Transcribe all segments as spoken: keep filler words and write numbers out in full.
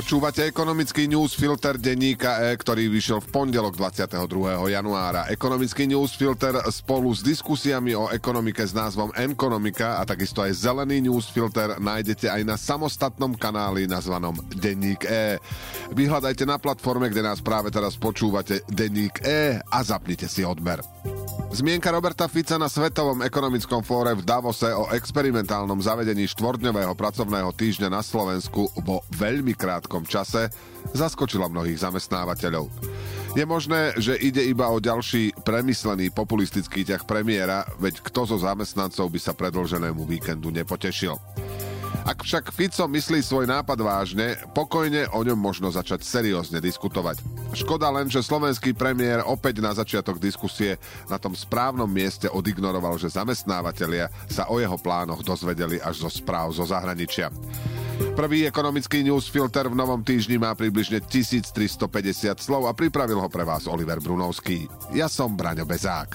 Počúvate ekonomický newsfilter denníka E, ktorý vyšiel v pondelok dvadsiateho druhého januára. Ekonomický newsfilter spolu s diskusiami o ekonomike s názvom M-konomika a takisto aj zelený newsfilter nájdete aj na samostatnom kanáli nazvanom Denník E. Vyhľadajte na platforme, kde nás práve teraz počúvate, Denník E, a zapnite si odber. Zmienka Roberta Fica na Svetovom ekonomickom fóre v Davose o experimentálnom zavedení štvordňového pracovného týždňa na Slovensku vo veľmi krátkom čase zaskočila mnohých zamestnávateľov. Je možné, že ide iba o ďalší premyslený populistický ťah premiéra, veď kto zo zamestnancov by sa predĺženému víkendu nepotešil. Ak však Fico myslí svoj nápad vážne, pokojne o ňom možno začať seriózne diskutovať. Škoda len, že slovenský premiér opäť na začiatok diskusie na tom správnom mieste odignoroval, že zamestnávatelia sa o jeho plánoch dozvedeli až zo správ zo zahraničia. Prvý ekonomický newsfilter v novom týždni má približne tisíctristopäťdesiat slov a pripravil ho pre vás Oliver Brunovský. Ja som Braňo Bezák.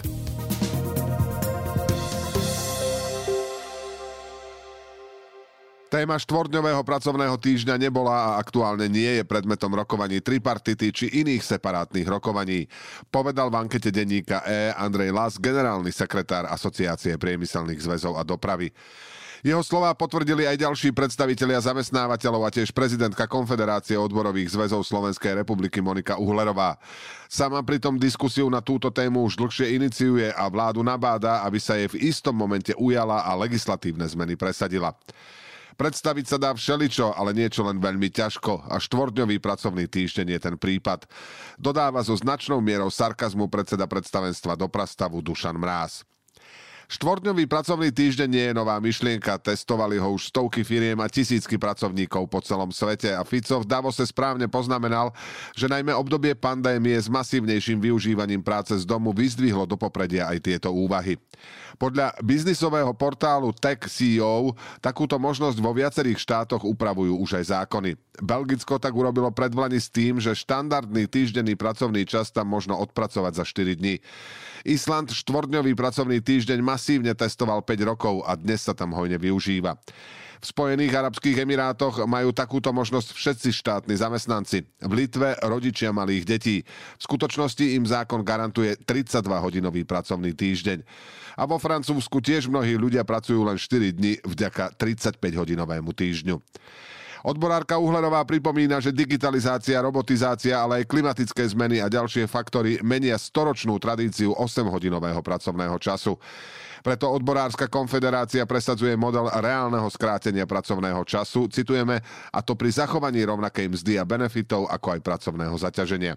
Téma štvordňového pracovného týždňa nebola a aktuálne nie je predmetom rokovaní tripartity či iných separátnych rokovaní, povedal v ankete denníka E Andrej Las, generálny sekretár Asociácie priemyselných zväzov a dopravy. Jeho slová potvrdili aj ďalší predstavitelia zamestnávateľov a tiež prezidentka Konfederácie odborových zväzov Slovenskej republiky Monika Uhlerová. Sama pritom diskusiu na túto tému už dlhšie iniciuje a vládu nabáda, aby sa jej v istom momente ujala a legislatívne zmeny presadila. Predstaviť sa dá všeličo, ale niečo len veľmi ťažko a štvordňový pracovný týždeň je ten prípad. Dodáva so značnou mierou sarkazmu predseda predstavenstva Doprastavu Dušan Mráz. Štvordňový pracovný týždeň nie je nová myšlienka, testovali ho už stovky firiem a tisícky pracovníkov po celom svete a Fico v Davose správne poznamenal, že najmä obdobie pandémie s masívnejším využívaním práce z domu vyzdvihlo do popredia aj tieto úvahy. Podľa biznisového portálu Tech C E O takúto možnosť vo viacerých štátoch upravujú už aj zákony. Belgicko tak urobilo predvlani s tým, že štandardný týždenný pracovný čas tam možno odpracovať za štyri dni. Island štvordňový pracovný týždeň masívne testoval päť rokov a dnes sa tam hojne využíva. V Spojených arabských emirátoch majú takúto možnosť všetci štátni zamestnanci. V Litve rodičia malých detí. V skutočnosti im zákon garantuje tridsaťdvahodinový pracovný týždeň. A vo Francúzsku tiež mnohí ľudia pracujú len štyri dni vďaka tridsaťpäťhodinovému týždňu. Odborárka Uhlerová pripomína, že digitalizácia, robotizácia, ale aj klimatické zmeny a ďalšie faktory menia storočnú tradíciu osemhodinového pracovného času. Preto odborárska konfederácia presadzuje model reálneho skrátenia pracovného času, citujeme, a to pri zachovaní rovnakej mzdy a benefitov, ako aj pracovného zaťaženia.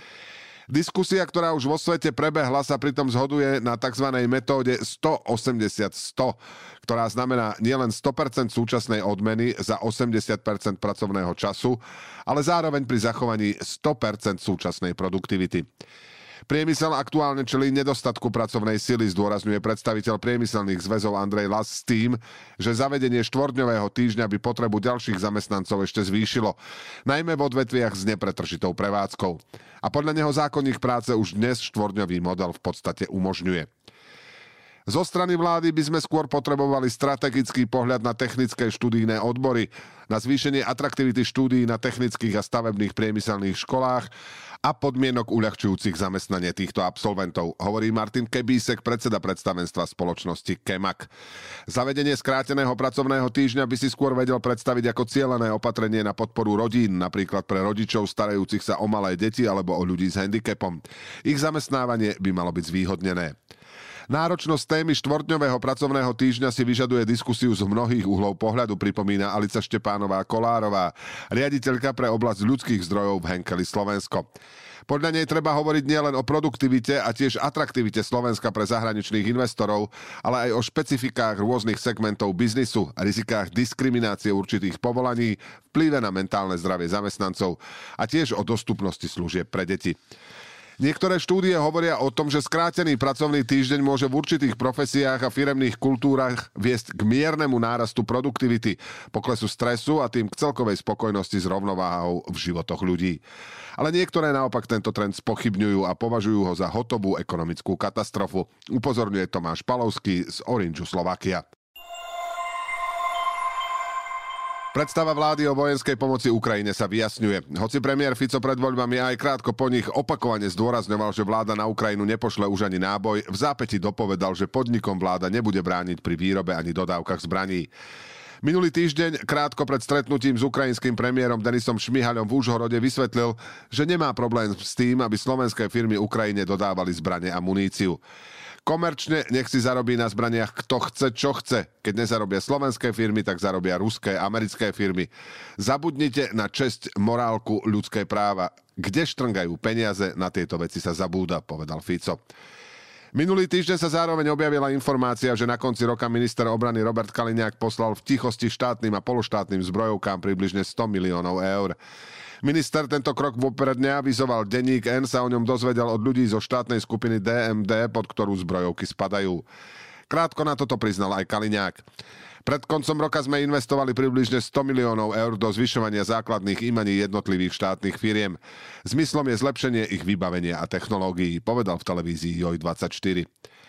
Diskusia, ktorá už vo svete prebehla, sa pritom zhoduje na tzv. Metóde sto osemdesiat sto, ktorá znamená nielen sto percent súčasnej odmeny za osemdesiat percent pracovného času, ale zároveň pri zachovaní sto percent súčasnej produktivity. Priemysel aktuálne čelí nedostatku pracovnej sily, zdôrazňuje predstaviteľ priemyselných zväzov Andrej Las s tým, že zavedenie štvordňového týždňa by potrebu ďalších zamestnancov ešte zvýšilo, najmä v odvetviach s nepretržitou prevádzkou. A podľa neho zákonník práce už dnes štvorňový model v podstate umožňuje. Zo strany vlády by sme skôr potrebovali strategický pohľad na technické študijné odbory, na zvýšenie atraktivity štúdií na technických a stavebných priemyselných školách a podmienok uľahčujúcich zamestnanie týchto absolventov, hovorí Martin Kebísek, predseda predstavenstva spoločnosti Kemak. Zavedenie skráteného pracovného týždňa by si skôr vedel predstaviť ako cielené opatrenie na podporu rodín, napríklad pre rodičov starajúcich sa o malé deti alebo o ľudí s handicapom. Ich zamestnávanie by malo byť zvýhodnené. Náročnosť témy štvorťdňového pracovného týždňa si vyžaduje diskusiu z mnohých uhlov pohľadu, pripomína Alica Štepánová Kolárová, riaditeľka pre oblasť ľudských zdrojov v Henkeli Slovensko. Podľa nej treba hovoriť nielen o produktivite a tiež atraktivite Slovenska pre zahraničných investorov, ale aj o špecifikách rôznych segmentov biznisu, rizikách diskriminácie určitých povolaní, vplyve na mentálne zdravie zamestnancov a tiež o dostupnosti služieb pre deti. Niektoré štúdie hovoria o tom, že skrátený pracovný týždeň môže v určitých profesiách a firemných kultúrach viesť k miernemu nárastu produktivity, poklesu stresu a tým k celkovej spokojnosti s rovnováhou v životoch ľudí. Ale niektoré naopak tento trend spochybňujú a považujú ho za hotovú ekonomickú katastrofu, upozorňuje Tomáš Palovský z Orangeu Slovakia. Predstava vlády o vojenskej pomoci Ukrajine sa vyjasňuje. Hoci premiér Fico pred voľbami aj krátko po nich opakovane zdôrazňoval, že vláda na Ukrajinu nepošle už ani náboj, v zápäti dopovedal, že podnikom vláda nebude brániť pri výrobe ani dodávkach zbraní. Minulý týždeň, krátko pred stretnutím s ukrajinským premiérom Denisom Šmihaľom v Užhorode vysvetlil, že nemá problém s tým, aby slovenské firmy Ukrajine dodávali zbrane a muníciu. Komerčne nech si zarobí na zbraniach kto chce, čo chce. Keď nezarobia slovenské firmy, tak zarobia ruské, americké firmy. Zabudnite na česť, morálku, ľudské práva. Kde štrngajú peniaze, na tieto veci sa zabúda, povedal Fico. Minulý týždeň sa zároveň objavila informácia, že na konci roka minister obrany Robert Kaliňák poslal v tichosti štátnym a pološtátnym zbrojovkám približne sto miliónov eur. Minister tento krok vopred neavizoval, denník N sa o ňom dozvedel od ľudí zo štátnej skupiny dé em dé, pod ktorú zbrojovky spadajú. Krátko na toto priznal aj Kaliňák. Pred koncom roka sme investovali približne sto miliónov eur do zvyšovania základných imaní jednotlivých štátnych firiem. Zmyslom je zlepšenie ich vybavenia a technológií, povedal v televízii Joj dvadsaťštyri.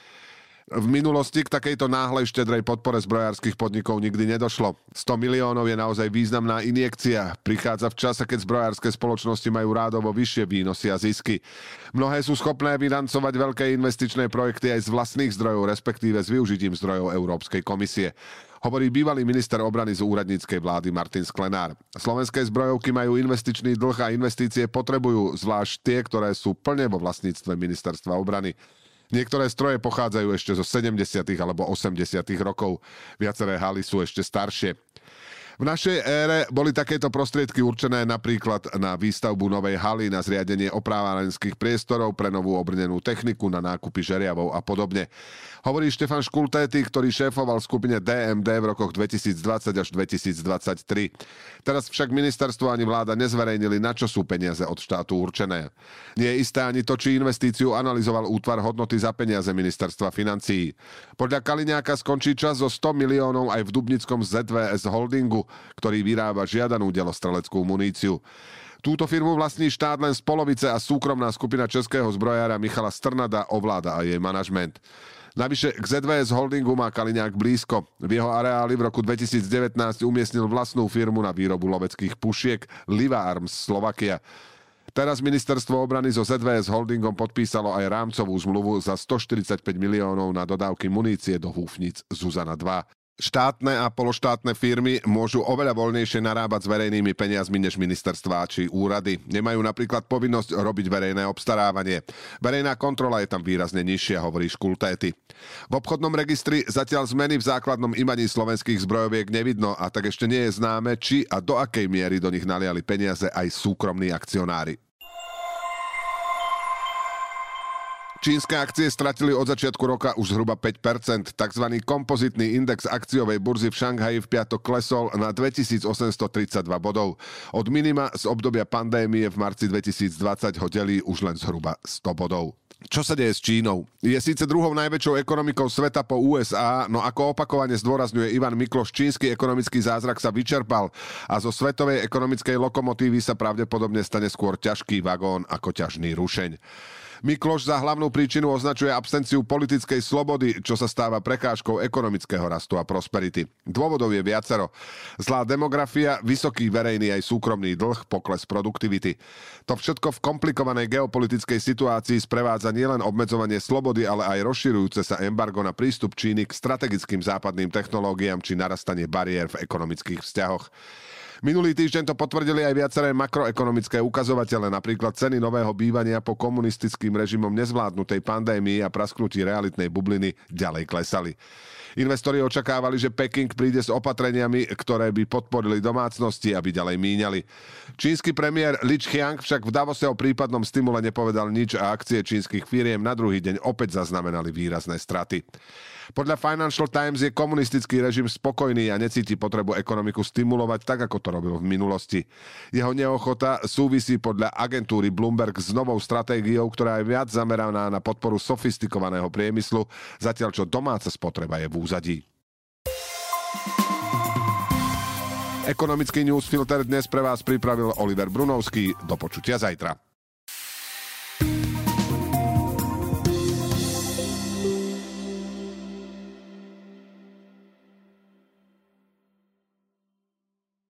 V minulosti k takejto náhlej štedrej podpore zbrojárskych podnikov nikdy nedošlo. sto miliónov je naozaj významná injekcia. Prichádza v čase, keď zbrojárske spoločnosti majú rádovo vyššie výnosy a zisky. Mnohé sú schopné financovať veľké investičné projekty aj z vlastných zdrojov, respektíve s využitím zdrojov Európskej komisie. Hovorí bývalý minister obrany z úradníckej vlády Martin Sklenár. Slovenské zbrojovky majú investičný dlh a investície potrebujú, zvlášť tie, ktoré sú plne vo vlastníctve ministerstva obrany. Niektoré stroje pochádzajú ešte zo sedemdesiatych alebo osemdesiatych rokov. Viaceré haly sú ešte staršie. V našej ére boli takéto prostriedky určené napríklad na výstavbu novej haly, na zriadenie oprávarenských priestorov, pre novú obrnenú techniku, na nákupy žeriavov a podobne. Hovorí Štefan Škultéty, ktorý šéfoval skupine dé em dé v rokoch dvetisícdvadsať až dvetisícdvadsaťtri. Teraz však ministerstvo ani vláda nezverejnili, na čo sú peniaze od štátu určené. Nie je isté ani to, či investíciu analyzoval útvar hodnoty za peniaze ministerstva financií. Podľa Kaliňáka skončí čas zo sto miliónov aj v dubnickom zet vé es Holdingu, ktorý vyrába žiadanú delostreleckú muníciu. Túto firmu vlastní štát len z polovice a súkromná skupina českého zbrojára Michala Strnada ovláda aj jej manažment. Navyše k zet vé es Holdingu má Kaliňák blízko. V jeho areáli v roku dvetisícdevätnásť umiestnil vlastnú firmu na výrobu loveckých pušiek Liva Arms Slovakia. Teraz ministerstvo obrany so zet vé es Holdingom podpísalo aj rámcovú zmluvu za stoštyridsaťpäť miliónov na dodávky munície do húfnic Zuzana dva. Štátne a pološtátne firmy môžu oveľa voľnejšie narábať s verejnými peniazmi než ministerstvá či úrady. Nemajú napríklad povinnosť robiť verejné obstarávanie. Verejná kontrola je tam výrazne nižšia, hovorí Škultéty. V obchodnom registri zatiaľ zmeny v základnom imaní slovenských zbrojoviek nevidno a tak ešte nie je známe, či a do akej miery do nich naliali peniaze aj súkromní akcionári. Čínske akcie stratili od začiatku roka už zhruba päť percent. Takzvaný kompozitný index akciovej burzy v Šanghaji v piatok klesol na dvetisícosemstotridsaťdva bodov. Od minima z obdobia pandémie v marci dvetisícdvadsať ho delí už len zhruba sto bodov. Čo sa deje s Čínou? Je síce druhou najväčšou ekonomikou sveta po ú es á, no ako opakovane zdôrazňuje Ivan Mikloš, čínsky ekonomický zázrak sa vyčerpal a zo svetovej ekonomickej lokomotívy sa pravdepodobne stane skôr ťažký vagón ako ťažný rušeň. Mikloš za hlavnú príčinu označuje absenciu politickej slobody, čo sa stáva prekážkou ekonomického rastu a prosperity. Dôvodov je viacero. Zlá demografia, vysoký verejný aj súkromný dlh, pokles produktivity. To všetko v komplikovanej geopolitickej situácii sprevádza nielen obmedzovanie slobody, ale aj rozširujúce sa embargo na prístup Číny k strategickým západným technológiám či narastanie bariér v ekonomických vzťahoch. Minulý týždeň to potvrdili aj viaceré makroekonomické ukazovatele, napríklad ceny nového bývania po komunistickým režimom nezvládnutej pandémii a prasknutí realitnej bubliny ďalej klesali. Investori očakávali, že Peking príde s opatreniami, ktoré by podporili domácnosti, aby ďalej míňali. Čínsky premiér Li Qiang však v Davose o prípadnom stimule nepovedal nič a akcie čínskych firiem na druhý deň opäť zaznamenali výrazné straty. Podľa Financial Times je komunistický režim spokojný a necíti potrebu ekonomiku stimulovať tak, ako to robil v minulosti. Jeho neochota súvisí podľa agentúry Bloomberg s novou stratégiou, ktorá je viac zameraná na podporu sofistikovaného priemyslu, zatiaľ čo domáca spotreba je v úzadí. Ekonomický newsfilter dnes pre vás pripravil Oliver Brunovský. Do počutia zajtra.